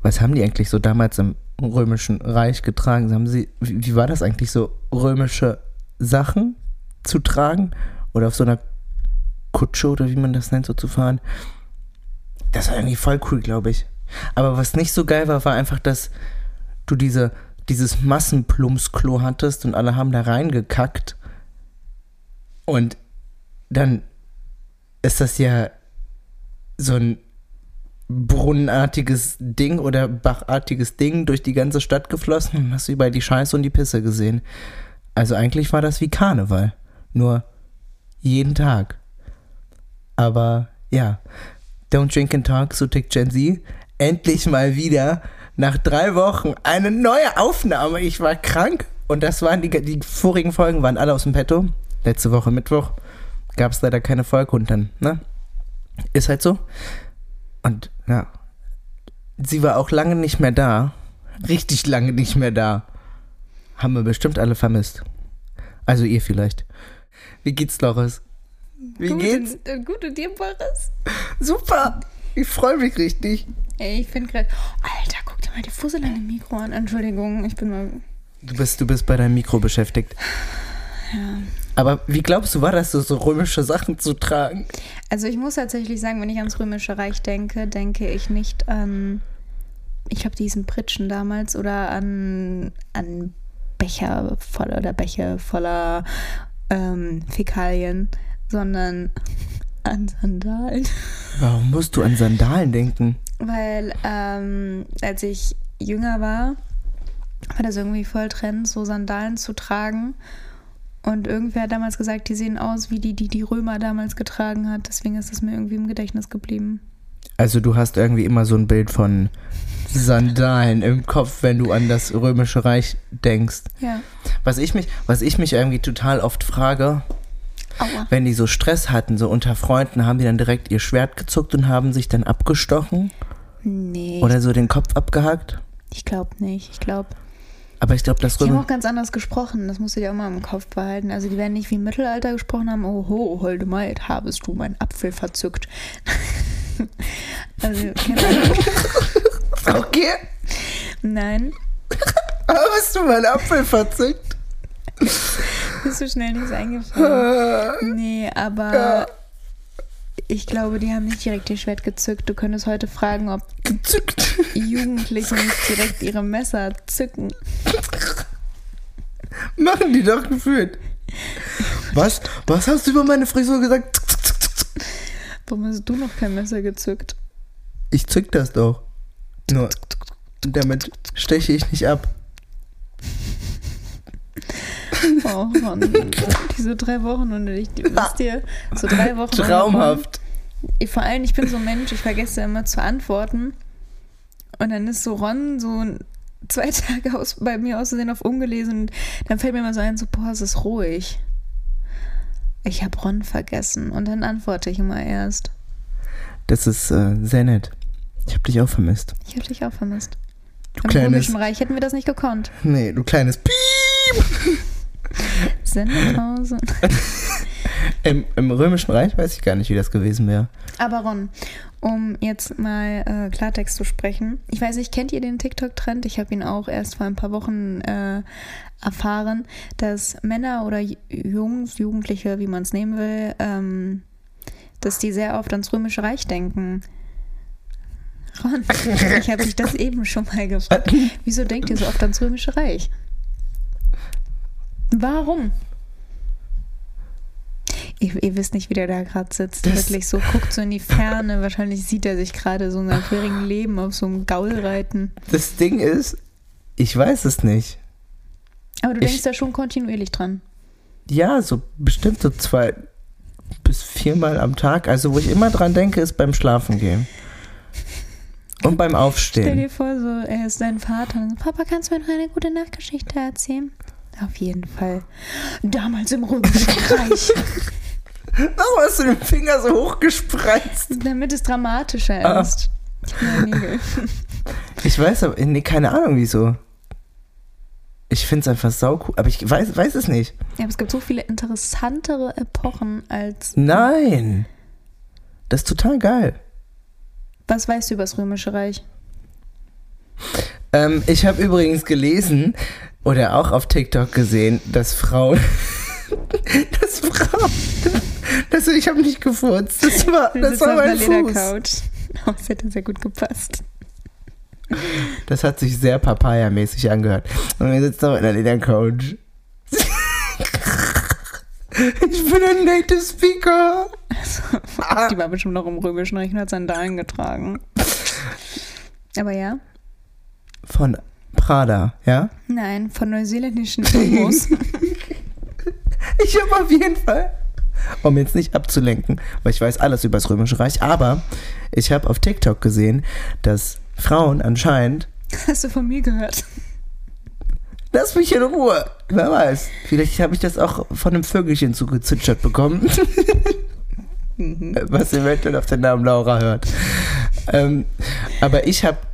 Was haben die eigentlich so damals im Römischen Reich getragen? Wie war das eigentlich so, römische Sachen zu tragen? Oder auf so einer Kutsche oder wie man das nennt, so zu fahren? Das war irgendwie voll cool, glaube ich. Aber was nicht so geil war einfach, dass du dieses Massenplumpsklo hattest und alle haben da reingekackt. Und dann ist das ja so ein brunnenartiges Ding oder bachartiges Ding durch die ganze Stadt geflossen und hast überall die Scheiße und die Pisse gesehen. Also eigentlich war das wie Karneval. Nur jeden Tag. Aber ja, Don't Drink and Talk, so tickt Gen Z. Endlich mal wieder nach 3 Wochen eine neue Aufnahme. Ich war krank und das waren die vorigen Folgen waren alle aus dem Petto. Letzte Woche Mittwoch gab es leider keine Folge und dann, ne? Ist halt so. Und ja, sie war auch lange nicht mehr da. Richtig lange nicht mehr da. Haben wir bestimmt alle vermisst. Also ihr vielleicht. Wie geht's, Loris? Wie geht's? Gut, und dir, Boris? Super. Ich freue mich richtig. Ey, ich finde gerade... Alter, guck dir mal die Fussel an dem Mikro an. Entschuldigung, ich bin mal... Du bist bei deinem Mikro beschäftigt. Ja. Aber wie glaubst du, war das so römische Sachen zu tragen? Also ich muss tatsächlich sagen, wenn ich ans Römische Reich denke ich nicht an, ich glaube, diesen Pritschen damals oder an Becher voller Fäkalien, sondern an Sandalen. Warum musst du an Sandalen denken? Weil als ich jünger war das irgendwie voll Trend, so Sandalen zu tragen. Und irgendwer hat damals gesagt, die sehen aus wie die Römer damals getragen hat. Deswegen ist das mir irgendwie im Gedächtnis geblieben. Also du hast irgendwie immer so ein Bild von Sandalen im Kopf, wenn du an das Römische Reich denkst. Ja. Was ich mich irgendwie total oft frage, Aua. Wenn die so Stress hatten, so unter Freunden, haben die dann direkt ihr Schwert gezuckt und haben sich dann abgestochen? Nee. Oder so den Kopf abgehackt? Ich glaube nicht. Aber ich glaube, das Die haben auch ganz anders gesprochen, das musst du dir auch mal im Kopf behalten. Also die werden nicht wie im Mittelalter gesprochen haben, oho, holde Maid, habest du meinen Apfel verzückt. Also, keine Ahnung. Okay. Nein. Habest du meinen Apfel verzückt? Ist so schnell nichts eingefallen. Nee, aber Ja. Ich glaube, die haben nicht direkt ihr Schwert gezückt. Du könntest heute fragen, ob Gezückt. Jugendliche nicht direkt ihre Messer zücken. Machen die doch gefühlt. Was hast du über meine Frisur gesagt? Warum hast du noch kein Messer gezückt? Ich zück das doch. Nur damit steche ich nicht ab. Oh Mann, diese 3 Wochen ohne dich, wisst ihr, so 3 Wochen Traumhaft. Vor allem, ich bin so ein Mensch, ich vergesse immer zu antworten und dann ist so Ron so 2 Tage bei mir auszusehen auf ungelesen und dann fällt mir immer so ein, so boah, es ist ruhig. Ich habe Ron vergessen und dann antworte ich immer erst. Das ist sehr nett. Ich habe dich auch vermisst. Ich habe dich auch vermisst. Du Im kleines... Römischen Reich hätten wir das nicht gekonnt. Nee, du kleines Piep. Sendepause. Im Römischen Reich weiß ich gar nicht, wie das gewesen wäre. Aber Ron, um jetzt mal Klartext zu sprechen. Ich weiß nicht, kennt ihr den TikTok-Trend? Ich habe ihn auch erst vor ein paar Wochen erfahren, dass Männer oder Jungs, Jugendliche, wie man es nehmen will, dass die sehr oft ans Römische Reich denken. Ron, ich habe dich das eben schon mal gefragt. Wieso denkt ihr so oft ans Römische Reich? Warum? Ihr wisst nicht, wie der da gerade sitzt. Wirklich so, guckt so in die Ferne. Wahrscheinlich sieht er sich gerade so in seinem vorherigen Leben auf so einem Gaul reiten. Das Ding ist, ich weiß es nicht. Aber du denkst da schon kontinuierlich dran. Ja, so bestimmt so 2 bis 4 Mal am Tag. Also wo ich immer dran denke, ist beim Schlafen gehen. Und beim Aufstehen. Stell dir vor, so, er ist dein Vater. Und so, Papa, kannst du mir noch eine gute Nachtgeschichte erzählen? Auf jeden Fall. Damals im Römischen Reich. Warum hast du den Finger so hochgespreizt? Damit es dramatischer ist. Ich weiß aber, nee, keine Ahnung wieso. Ich finde es einfach saucool, aber ich weiß es nicht. Ja, aber es gibt so viele interessantere Epochen als... Nein. Das ist total geil. Was weißt du über das Römische Reich? Ich habe übrigens gelesen oder auch auf TikTok gesehen, dass Frauen... ich habe nicht gefurzt. Das war mein Fuß. Oh, das hätte sehr gut gepasst. Das hat sich sehr Papaya-mäßig angehört. Und wir sitzen auf einer Ledercouch. Ich bin ein Native Speaker. Also, die war bestimmt noch im Römischen Reich und hat Sandalen getragen. Aber ja. Von Prada, ja? Nein, von neuseeländischen Emos. Ich habe auf jeden Fall, um jetzt nicht abzulenken, weil ich weiß alles über das Römische Reich, aber ich habe auf TikTok gesehen, dass Frauen anscheinend... Hast du von mir gehört? Lass mich in Ruhe. Wer weiß. Vielleicht habe ich das auch von einem Vögelchen zugezwitschert bekommen. Was eventuell auf den Namen Laura hört. Aber ich habe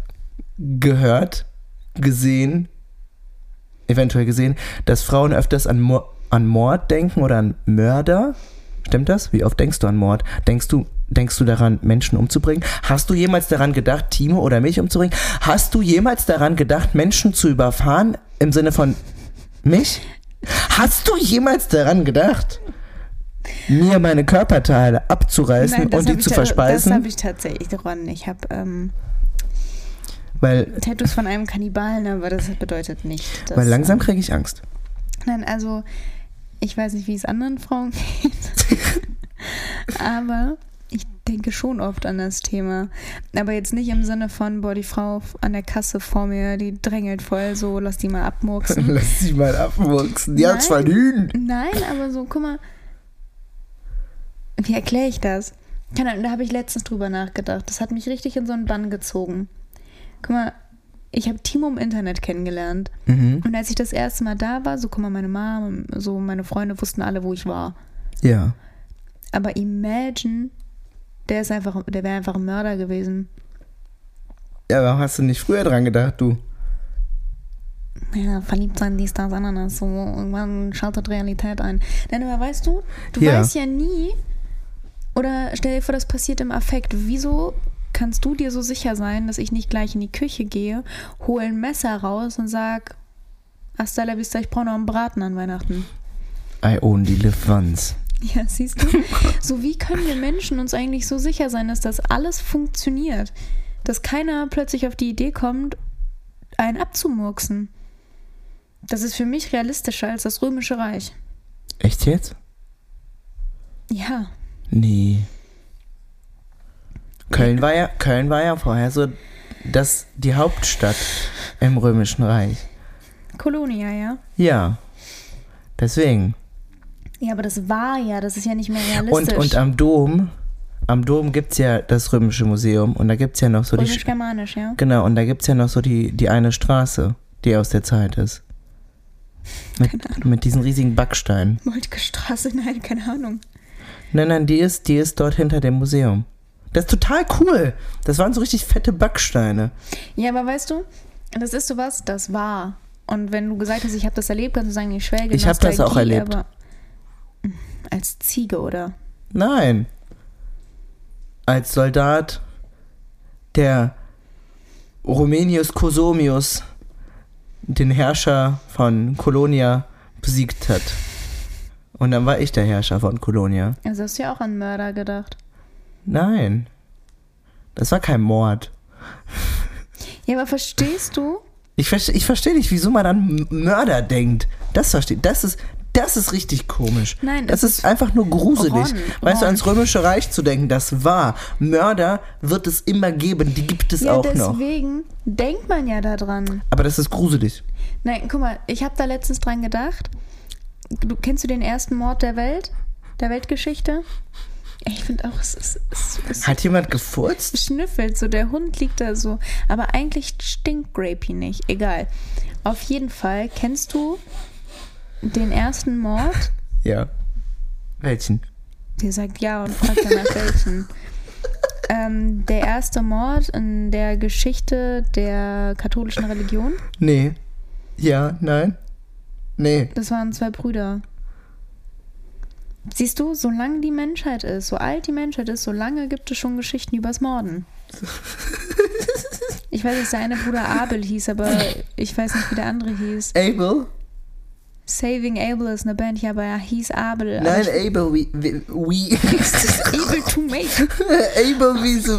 eventuell gesehen, dass Frauen öfters an Mord denken oder an Mörder. Stimmt das? Wie oft denkst du an Mord? Denkst du daran, Menschen umzubringen? Hast du jemals daran gedacht, Timo oder mich umzubringen? Hast du jemals daran gedacht, Menschen zu überfahren im Sinne von mich? Hast du jemals daran gedacht, mir meine Körperteile abzureißen und die zu verspeisen? Das habe ich tatsächlich daran. Ich habe weil Tattoos von einem Kannibalen, aber das bedeutet nicht. Dass, weil langsam kriege ich Angst. Nein, also ich weiß nicht, wie es anderen Frauen geht, aber ich denke schon oft an das Thema. Aber jetzt nicht im Sinne von, boah, die Frau an der Kasse vor mir, die drängelt voll, so, lass die mal abmurksen. Lass sie mal abmurksen, die hat's verdient. Nein, aber so, guck mal, wie erkläre ich das? Keine Ahnung, da habe ich letztens drüber nachgedacht. Das hat mich richtig in so einen Bann gezogen. Guck mal, ich habe Timo im Internet kennengelernt. Mhm. Und als ich das erste Mal da war, so, guck mal, meine Mom, so meine Freunde wussten alle, wo ich war. Ja. Aber imagine, der wäre einfach ein Mörder gewesen. Ja, warum hast du nicht früher dran gedacht, du? Ja, verliebt sein, dies, das, Ananas, so, irgendwann schaltet Realität ein. Nein, aber weißt du Ja. weißt ja nie, oder stell dir vor, das passiert im Affekt. Wieso kannst du dir so sicher sein, dass ich nicht gleich in die Küche gehe, hole ein Messer raus und sag, hasta la vista, ich brauche noch einen Braten an Weihnachten. I only live once. Ja, siehst du? So, wie können wir Menschen uns eigentlich so sicher sein, dass das alles funktioniert? Dass keiner plötzlich auf die Idee kommt, einen abzumurksen. Das ist für mich realistischer als das Römische Reich. Echt jetzt? Ja. Nee. Köln war ja vorher so die Hauptstadt im Römischen Reich. Kolonia, ja? Ja. Deswegen. Ja, aber das ist ja nicht mehr realistisch. Und am Dom gibt es ja das Römische Museum und da gibt es ja noch so Römisch-Germanisch, ja? Genau, und da gibt es ja noch so die eine Straße, die aus der Zeit ist. Mit diesen riesigen Backsteinen. Moltke Straße, nein, keine Ahnung. Nein, die ist dort hinter dem Museum. Das ist total cool. Das waren so richtig fette Backsteine. Ja, aber weißt du, das ist sowas, das war. Und wenn du gesagt hast, ich habe das erlebt, kannst du sagen, ich schwelge. Ich habe das auch erlebt. Aber als Ziege, oder? Nein. Als Soldat, der Rummenius Cosomius, den Herrscher von Kolonia, besiegt hat. Und dann war ich der Herrscher von Kolonia. Also hast du ja auch an Mörder gedacht. Nein. Das war kein Mord. Ja, aber verstehst du? Ich verstehe nicht, wieso man an Mörder denkt. Das ist richtig komisch. Nein, das ist einfach nur gruselig. Weißt du, Ron. ans Römische Reich zu denken, das war. Mörder wird es immer geben, die gibt es auch noch. Deswegen denkt man ja da dran. Aber das ist gruselig. Nein, guck mal, ich habe da letztens dran gedacht. Kennst du den ersten Mord der Welt? Der Weltgeschichte? Ich finde auch, es Hat jemand gefurzt? schnüffelt, so der Hund liegt da so. Aber eigentlich stinkt Grapey nicht. Egal. Auf jeden Fall, kennst du den ersten Mord? Ja. Welchen? Der sagt ja und fragt danach welchen. Der erste Mord in der Geschichte der katholischen Religion? Nee. Ja, nein. Nee. Das waren 2 Brüder. Siehst du, solange die Menschheit ist, so alt die Menschheit ist, so lange gibt es schon Geschichten übers Morden. Ich weiß, dass der eine Bruder Abel hieß, aber ich weiß nicht, wie der andere hieß. Abel? Saving Abel ist eine Band, ja, aber er hieß Abel. Nein, Abel, wie Able to make. Abel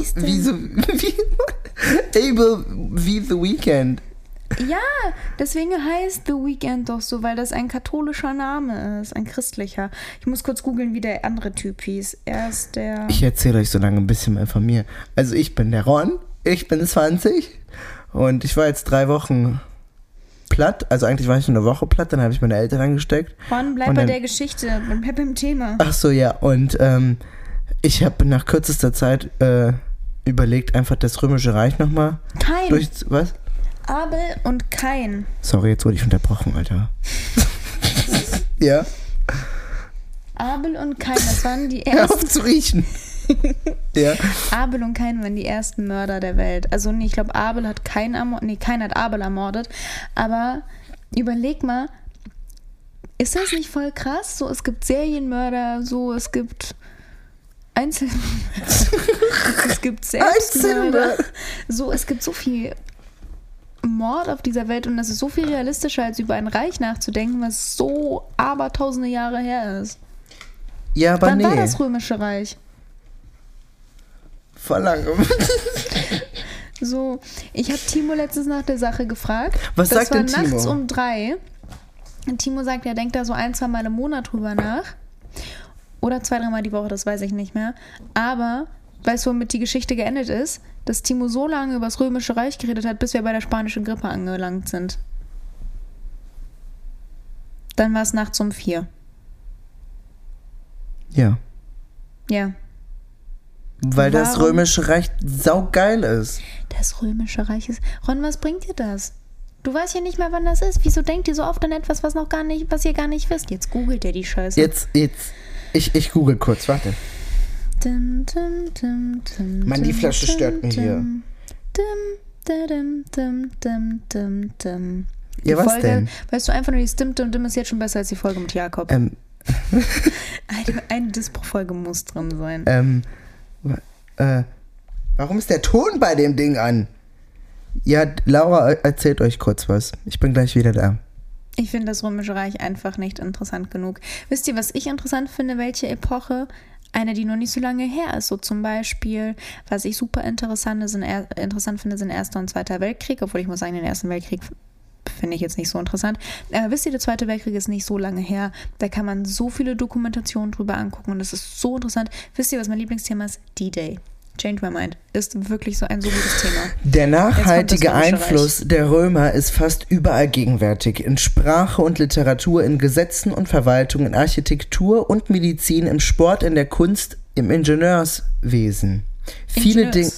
Abel wie The Weeknd. Ja, deswegen heißt The Weeknd doch so, weil das ein katholischer Name ist, ein christlicher. Ich muss kurz googeln, wie der andere Typ hieß. Er ist der... Ich erzähle euch so lange ein bisschen mal von mir. Also ich bin der Ron, ich bin 20 und ich war jetzt 3 Wochen platt. Also eigentlich war ich nur eine Woche platt, dann habe ich meine Eltern angesteckt. Ron, bleib bei der Geschichte, bleib beim Thema. Ach so, ja. Und ich habe nach kürzester Zeit überlegt, einfach das Römische Reich nochmal was? Abel und Kain. Sorry, jetzt wurde ich unterbrochen, Alter. Ja. Abel und Kain, das waren die Hör ersten... auf zu riechen. Ja. Abel und Kain waren die ersten Mörder der Welt. Also nee, ich glaube, Abel hat Kain ermordet. Nee, Kain hat Abel ermordet. Aber überleg mal, ist das nicht voll krass? So, es gibt Serienmörder, so, es gibt Einzelmörder. Es gibt Selbstmörder. So, es gibt so viel Mord auf dieser Welt und das ist so viel realistischer, als über ein Reich nachzudenken, was so abertausende Jahre her ist. Ja, aber Wann war das Römische Reich? Vor langem. So, ich habe Timo letztens nach der Sache gefragt. Was sagt denn Timo? Das war Timo? nachts um 3. Und Timo sagt, er denkt da so 1-2 Mal im Monat drüber nach. Oder 2-3 Mal die Woche, das weiß ich nicht mehr. Aber, weißt du, womit die Geschichte geendet ist? Dass Timo so lange über das Römische Reich geredet hat, bis wir bei der spanischen Grippe angelangt sind. Dann war es nachts um 4. Ja. Ja. Weil das Römische Reich saugeil ist. Das Römische Reich ist... Ron, was bringt dir das? Du weißt ja nicht mehr, wann das ist. Wieso denkt ihr so oft an etwas, was ihr gar nicht wisst? Jetzt googelt ihr die Scheiße. Ich google kurz, warte. Mann, die Flasche stört mich hier. Ja, was Folge, denn? Weißt du, einfach nur die Dim ist jetzt schon besser als die Folge mit Jakob. Eine Dispo-Folge muss drin sein. Warum ist der Ton bei dem Ding an? Ja, Laura erzählt euch kurz was. Ich bin gleich wieder da. Ich finde das Römische Reich einfach nicht interessant genug. Wisst ihr, was ich interessant finde? Welche Epoche? Eine, die noch nicht so lange her ist. So zum Beispiel, was ich super interessant finde, sind Erster und Zweiter Weltkrieg. Obwohl ich muss sagen, den Ersten Weltkrieg finde ich jetzt nicht so interessant. Aber wisst ihr, der Zweite Weltkrieg ist nicht so lange her. Da kann man so viele Dokumentationen drüber angucken und das ist so interessant. Wisst ihr, was mein Lieblingsthema ist? D-Day. Change my mind. Ist wirklich so ein so gutes Thema. Der nachhaltige Einfluss der Römer ist fast überall gegenwärtig. In Sprache und Literatur, in Gesetzen und Verwaltung, in Architektur und Medizin, im Sport, in der Kunst, im Ingenieurswesen. Viele Dinge.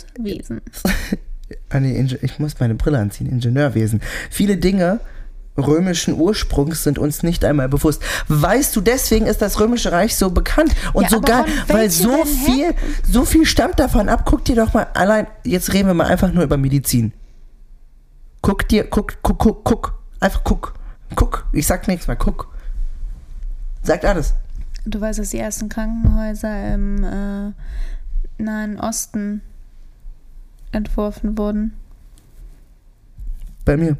Ich muss meine Brille anziehen. Ingenieurwesen. Viele Dinge römischen Ursprungs sind uns nicht einmal bewusst. Weißt du, deswegen ist das Römische Reich so bekannt und so geil, weil so viel stammt davon ab. Guck dir doch mal allein, jetzt reden wir mal einfach nur über Medizin. Guck. Einfach guck. Ich sag nichts mehr, guck. Sagt alles. Du weißt, dass die ersten Krankenhäuser im Nahen Osten entworfen wurden? Bei mir.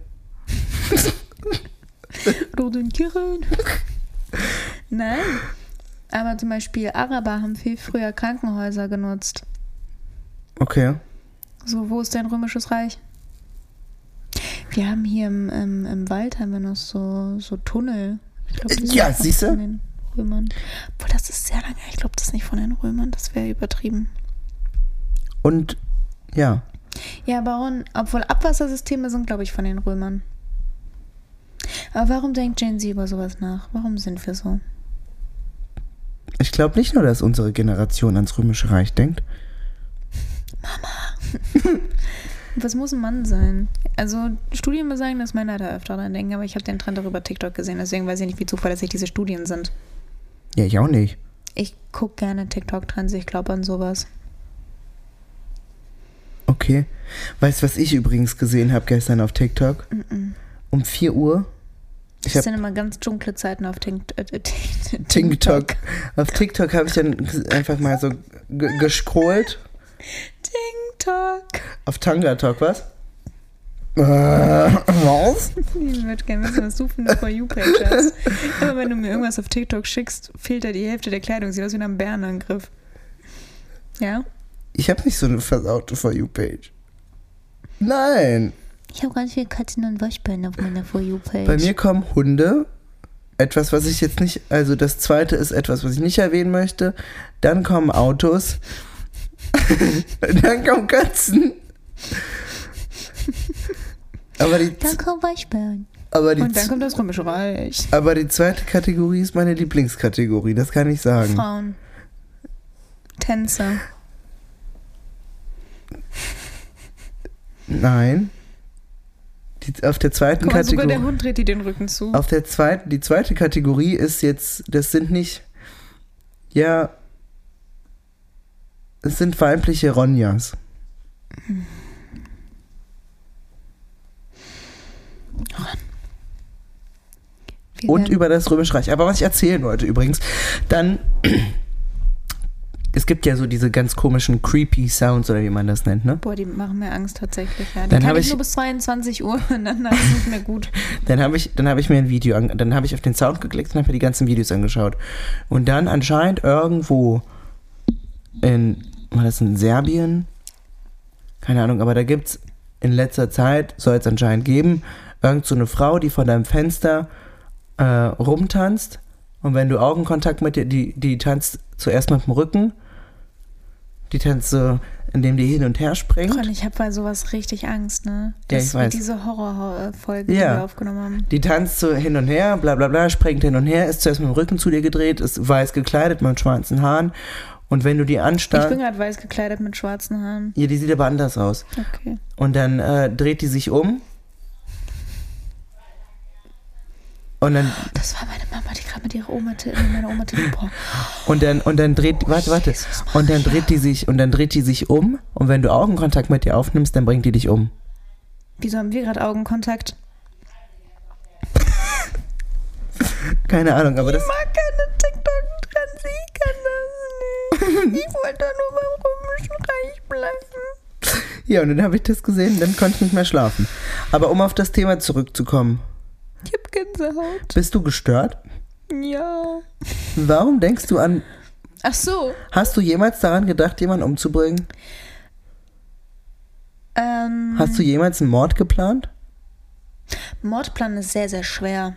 Nein, aber zum Beispiel Araber haben viel früher Krankenhäuser genutzt. Okay. So, wo ist dein Römisches Reich? Wir haben hier im Wald haben wir noch so Tunnel. Ich glaub, ja, siehst du? Von den Römern. Obwohl, das ist sehr lange. Ich glaube, das ist nicht von den Römern. Das wäre übertrieben. Und, ja. Ja, obwohl Abwassersysteme sind, glaube ich, von den Römern. Aber warum denkt Gen Z über sowas nach? Warum sind wir so? Ich glaube nicht nur, dass unsere Generation ans Römische Reich denkt. Mama. Was muss ein Mann sein? Also Studien besagen, dass Männer da öfter dran denken, aber ich habe den Trend auch über TikTok gesehen, deswegen weiß ich nicht, wie zuverlässig diese Studien sind. Ja, ich auch nicht. Ich gucke gerne TikTok-Trends, ich glaube an sowas. Okay. Weißt du, was ich übrigens gesehen habe gestern auf TikTok? Um 4 Uhr. Das sind immer ganz dunkle Zeiten auf TikTok. Auf TikTok habe ich dann einfach mal so gescrollt. TikTok. Auf Tangatalk, was? Was? Ich würde gerne wissen, was du für eine For You-Page hast. Aber wenn du mir irgendwas auf TikTok schickst, fehlt da die Hälfte der Kleidung. Sieht aus wie ein Bärenangriff. Ja? Ich habe nicht so eine versaute For You-Page. Nein. Ich habe ganz viele Katzen und Waschbären auf meiner For You-Page. Bei mir kommen Hunde. Etwas, was ich jetzt nicht... Also das zweite ist etwas, was ich nicht erwähnen möchte. Dann kommen Autos. Dann kommen Katzen. Aber dann kommen Waschbären. Und dann kommt das Römische Reich. Aber die zweite Kategorie ist meine Lieblingskategorie, das kann ich sagen. Frauen. Tänzer. Nein. Auf der zweiten Guck mal, Kategorie. sogar der Hund dreht dir den Rücken zu. Die zweite Kategorie ist jetzt, das sind nicht, ja, es sind weibliche Ronjas. Und über das Römische Reich. Aber was ich erzählen wollte übrigens, dann, es gibt ja so diese ganz komischen creepy Sounds oder wie man das nennt, ne? Boah, die machen mir Angst tatsächlich, ja. Die Dann kann ich nur bis 22 Uhr und dann ist es nicht mehr gut. Dann habe ich mir ein Video dann habe ich auf den Sound geklickt und habe mir die ganzen Videos angeschaut. Und dann anscheinend irgendwo war das in Serbien? Keine Ahnung, aber da gibt's in letzter Zeit, soll es anscheinend geben, irgend so eine Frau, die vor deinem Fenster rumtanzt, und wenn du Augenkontakt mit dir, die tanzt zuerst mit dem Rücken, die tanzt so, indem die hin und her springt. Und ich habe bei sowas richtig Angst, ne? Ja, Das ich weiß. ist wie diese Horrorfolge, die wir aufgenommen haben. Die tanzt so hin und her, bla bla bla, springt hin und her, ist zuerst mit dem Rücken zu dir gedreht, ist weiß gekleidet mit schwarzen Haaren, und wenn du die anstarrst... Ich bin gerade weiß gekleidet mit schwarzen Haaren. Ja, die sieht aber anders aus. Okay. Und dann dreht die sich um. Und dann, das war meine Mama, die gerade mit ihrer Oma, meiner Oma und dann dreht, warte. Und dann dreht die sich um, und wenn du Augenkontakt mit ihr aufnimmst, dann bringt die dich um. Wieso haben wir gerade Augenkontakt? Keine Ahnung, aber das... Ich mag keine TikTok-Trends, ich kann das nicht. Ich wollte nur beim Römischen Reich bleiben. Ja, und dann habe ich das gesehen, dann konnte ich nicht mehr schlafen. Aber um auf das Thema zurückzukommen. Ich hab Gänsehaut. Bist du gestört? Ja. Warum denkst du an... Ach so. Hast du jemals daran gedacht, jemanden umzubringen? Hast du jemals einen Mord geplant? Mordplan ist sehr, sehr schwer.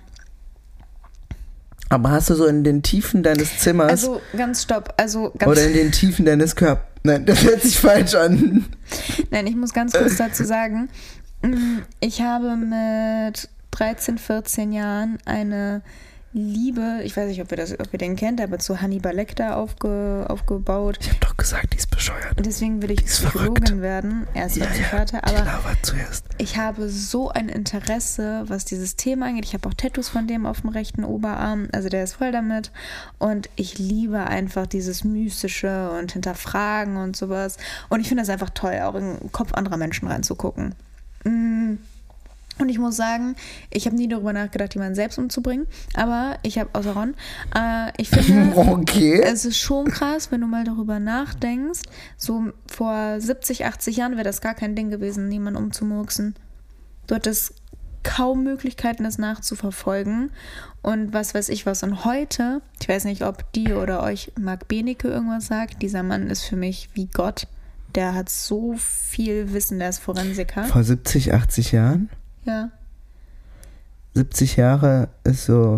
Aber hast du so in den Tiefen deines Zimmers... Also, stopp. Oder in den Tiefen deines Körpers... Nein, das hört sich falsch an. Nein, ich muss ganz kurz dazu sagen, ich habe mit 13, 14 Jahren eine Liebe, ich weiß nicht, ob ihr den kennt, aber zu Hannibal Lecter aufgebaut. Ich habe doch gesagt, die ist bescheuert. Deswegen will ich Psychologin werden. Er ist Psychiater, aber zuerst. ich habe so ein Interesse, was dieses Thema angeht. Ich habe auch Tattoos von dem auf dem rechten Oberarm, also der ist voll damit. Und ich liebe einfach dieses Mystische und Hinterfragen und sowas. Und ich finde es einfach toll, auch in den Kopf anderer Menschen reinzugucken. Und ich muss sagen, ich habe nie darüber nachgedacht, jemanden selbst umzubringen, aber ich habe, außer Ron, ich finde, okay. Es ist schon krass, wenn du mal darüber nachdenkst, so vor 70, 80 Jahren wäre das gar kein Ding gewesen, jemanden umzumurksen. Du hattest kaum Möglichkeiten, das nachzuverfolgen und was weiß ich was. Und heute, ich weiß nicht, ob dir oder euch Marc Benecke irgendwas sagt, dieser Mann ist für mich wie Gott. Der hat so viel Wissen, der ist Forensiker. Vor 70, 80 Jahren? Ja. 70 Jahre ist so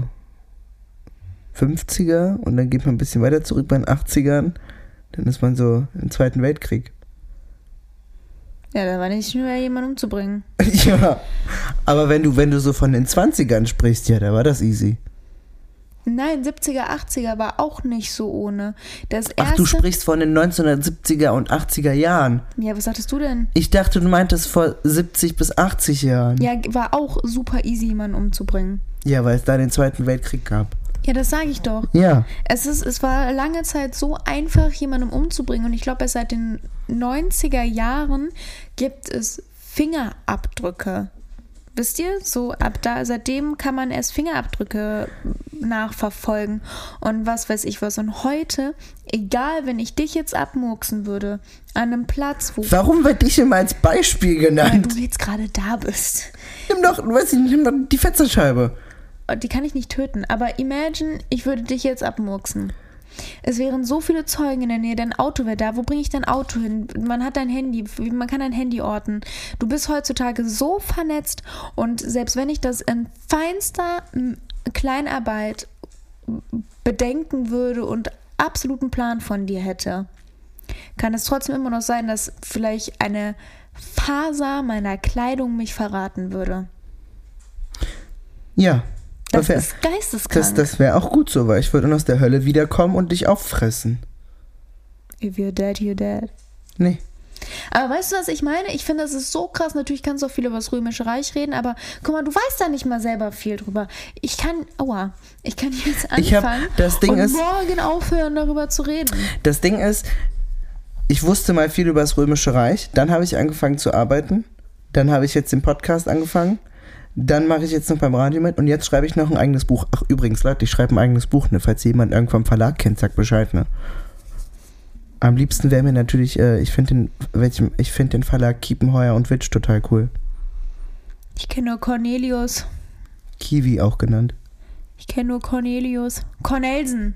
50er, und dann geht man ein bisschen weiter zurück bei den 80ern, dann ist man so im Zweiten Weltkrieg. Ja, da war nicht schwer, jemanden umzubringen. Ja, aber wenn du so von den 20ern sprichst, ja, da war das easy. Nein, 70er, 80er war auch nicht so ohne. Ach, du sprichst von den 1970er und 80er Jahren. Ja, was sagtest du denn? Ich dachte, du meintest vor 70 bis 80 Jahren. Ja, war auch super easy, jemanden umzubringen. Ja, weil es da den Zweiten Weltkrieg gab. Ja, das sage ich doch. Ja. Es war lange Zeit so einfach, jemanden umzubringen. Und ich glaube, erst seit den 90er Jahren gibt es Fingerabdrücke, Wisst ihr? So ab da, seitdem kann man erst Fingerabdrücke nachverfolgen und was weiß ich was. Und heute, egal, wenn ich dich jetzt abmurksen würde, an einem Platz, wo... Warum wird ich immer als Beispiel Weil genannt? du jetzt gerade da bist. Nimm doch die Fetzerscheibe. Die kann ich nicht töten, aber imagine, ich würde dich jetzt abmurksen. Es wären so viele Zeugen in der Nähe, dein Auto wäre da. Wo bringe ich dein Auto hin? Man hat dein Handy, man kann dein Handy orten. Du bist heutzutage so vernetzt und selbst wenn ich das in feinster Kleinarbeit bedenken würde und absoluten Plan von dir hätte, kann es trotzdem immer noch sein, dass vielleicht eine Faser meiner Kleidung mich verraten würde. Ja. Das ist geisteskrank. Das wäre auch gut so, weil ich würde aus der Hölle wiederkommen und dich auffressen. If you're dead, you're dead. Nee. Aber weißt du, was ich meine? Ich finde, das ist so krass. Natürlich kannst du auch viel über das Römische Reich reden, aber guck mal, du weißt da nicht mal selber viel drüber. Ich kann jetzt anfangen und morgen aufhören, darüber zu reden. Das Ding ist, ich wusste mal viel über das Römische Reich, dann habe ich angefangen zu arbeiten, dann habe ich jetzt den Podcast angefangen, dann mache ich jetzt noch beim Radio mit und jetzt schreibe ich noch ein eigenes Buch. Ach übrigens, Leute, ich schreibe ein eigenes Buch, ne? Falls jemand irgendwann im Verlag kennt, sagt Bescheid, ne? Am liebsten wäre mir natürlich, ich finde den Verlag Kiepenheuer und Witsch total cool. Ich kenne nur Cornelius. Kiwi auch genannt. Ich kenne nur Cornelius. Cornelsen.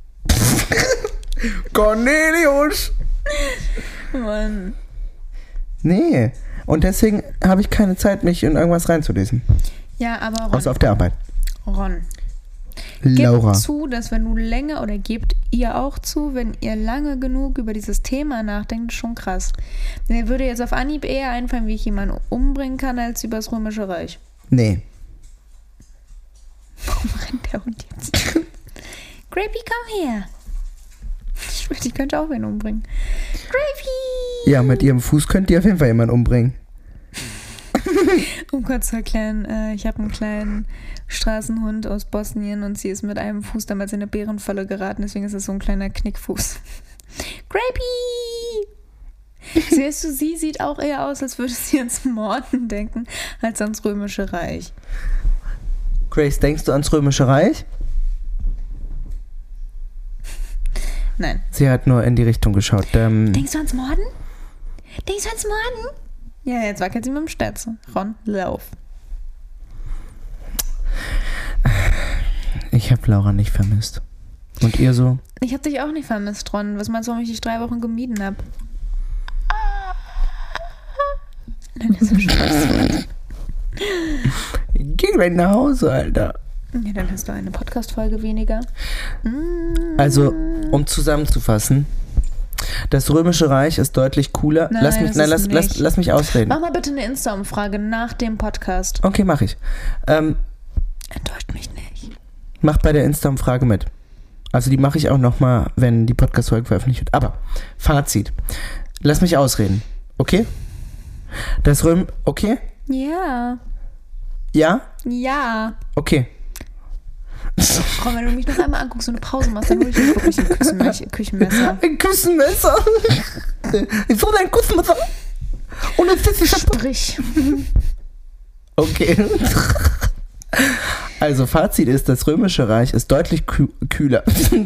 Cornelius! Mann. Nee. Und deswegen habe ich keine Zeit, mich in irgendwas reinzulesen. Ja, aber Ron. Außer auf der Arbeit. Ron. Laura. Gebt zu, dass wenn du länger, oder gebt ihr auch zu, wenn ihr lange genug über dieses Thema nachdenkt, ist schon krass. Mir würde jetzt auf Anhieb eher einfallen, wie ich jemanden umbringen kann, als über das Römische Reich. Nee. Warum rennt der Hund jetzt? Grapey, komm her. Ich könnte auch wen umbringen. Grapey! Ja, mit ihrem Fuß könnt ihr auf jeden Fall jemanden umbringen. Um kurz zu erklären, ich habe einen kleinen Straßenhund aus Bosnien und sie ist mit einem Fuß damals in eine Bärenfalle geraten, deswegen ist es so ein kleiner Knickfuß. Grapey! Siehst du, sie sieht auch eher aus, als würde sie ans Morden denken, als ans Römische Reich. Grace, denkst du ans Römische Reich? Nein. Sie hat nur in die Richtung geschaut. Denkst du ans Morden? Denkst du ans Morden? Ja, jetzt wackelt sie mit dem Stetson. Ron, lauf. Ich habe Laura nicht vermisst. Und ihr so? Ich habe dich auch nicht vermisst, Ron. Was meinst du, warum ich dich 3 Wochen gemieden habe? Nein, das ist Spaß. Geh gleich nach Hause, Alter. Ja, dann hast du eine Podcast-Folge weniger. Also, um zusammenzufassen, das Römische Reich ist deutlich cooler. Lass mich ausreden. Mach mal bitte eine Insta-Umfrage nach dem Podcast. Okay, mach ich. Enttäuscht mich nicht. Mach bei der Insta-Umfrage mit. Also die mache ich auch nochmal, wenn die Podcast-Folge veröffentlicht wird. Aber, Fazit. Lass mich ausreden. Okay? Okay? Ja. Ja? Ja. Okay. Komm, wenn du mich noch einmal anguckst und eine Pause machst, dann hol ich dir wirklich ein Küchenmesser. Ein Küchenmesser? Ich hole ein Küchenmesser. Und jetzt ist es Sprich. Okay. Also Fazit ist, das Römische Reich ist deutlich kühler.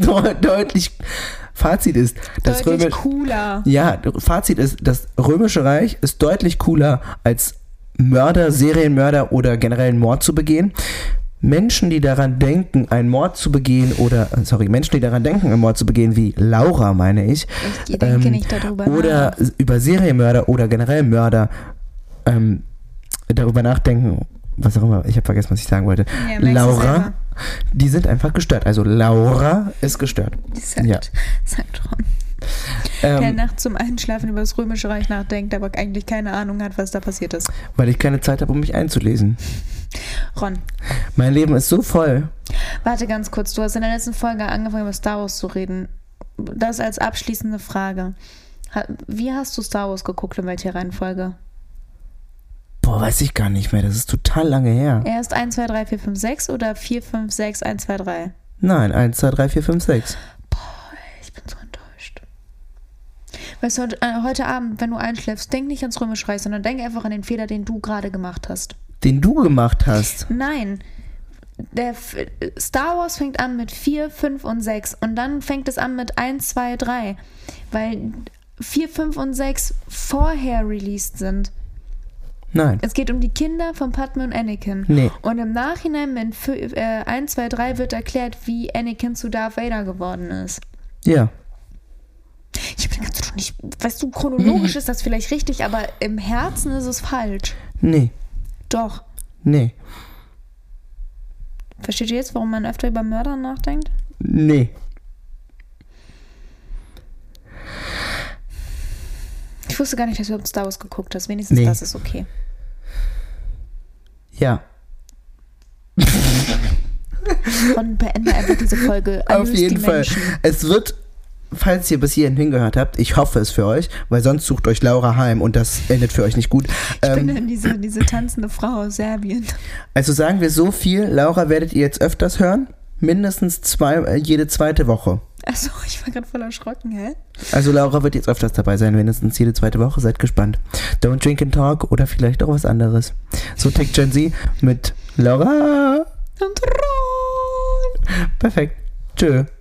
Fazit ist, das deutlich cooler. Ja, Fazit ist, das Römische Reich ist deutlich cooler als Mörder, Serienmörder oder generell einen Mord zu begehen. Menschen, die daran denken, einen Mord zu begehen, wie Laura, meine ich. Ich denke nicht darüber nach. Oder über Serienmörder oder generell Mörder darüber nachdenken, was auch immer, ich habe vergessen, was ich sagen wollte. Ja, Laura, die sind einfach gestört. Also Laura ist gestört. Sagt Ron. Der nachts zum Einschlafen über das Römische Reich nachdenkt, aber eigentlich keine Ahnung hat, was da passiert ist. Weil ich keine Zeit habe, um mich einzulesen. Ron. Mein Leben ist so voll. Warte ganz kurz, du hast in der letzten Folge angefangen, über Star Wars zu reden. Das als abschließende Frage. Wie hast du Star Wars geguckt, in welcher Reihenfolge? Boah, weiß ich gar nicht mehr, das ist total lange her. Erst 1, 2, 3, 4, 5, 6 oder 4, 5, 6, 1, 2, 3? Nein, 1, 2, 3, 4, 5, 6. Boah, ich bin so enttäuscht. Weißt du, heute Abend, wenn du einschläfst, denk nicht ans Römische Reich, sondern denk einfach an den Fehler, den du gerade gemacht hast. Den du gemacht hast. Nein. Star Wars fängt an mit 4, 5 und 6 und dann fängt es an mit 1, 2, 3, weil 4, 5 und 6 vorher released sind. Nein. Es geht um die Kinder von Padme und Anakin. Nee. Und im Nachhinein in 1, 2, 3 wird erklärt, wie Anakin zu Darth Vader geworden ist. Ja. Ich bin ganz doch nicht, weißt du, chronologisch ist das vielleicht richtig, aber im Herzen ist es falsch. Nee. Doch. Nee. Versteht ihr jetzt, warum man öfter über Mörder nachdenkt? Nee. Ich wusste gar nicht, dass du überhaupt Star Wars geguckt hast. Wenigstens das ist okay. Ja. Und beende einfach diese Folge. Auf jeden Fall. Es wird, falls ihr bis hierhin hingehört habt, ich hoffe es für euch, weil sonst sucht euch Laura heim und das endet für euch nicht gut. Ich bin dann diese tanzende Frau aus Serbien. Also sagen wir so viel, Laura werdet ihr jetzt öfters hören. Mindestens jede zweite Woche. Achso, ich war gerade voll erschrocken, hä? Also Laura wird jetzt öfters dabei sein, mindestens jede zweite Woche. Seid gespannt. Don't Drink and Talk oder vielleicht auch was anderes. So tickt Gen Z mit Laura. Und Ron. Perfekt. Tschö.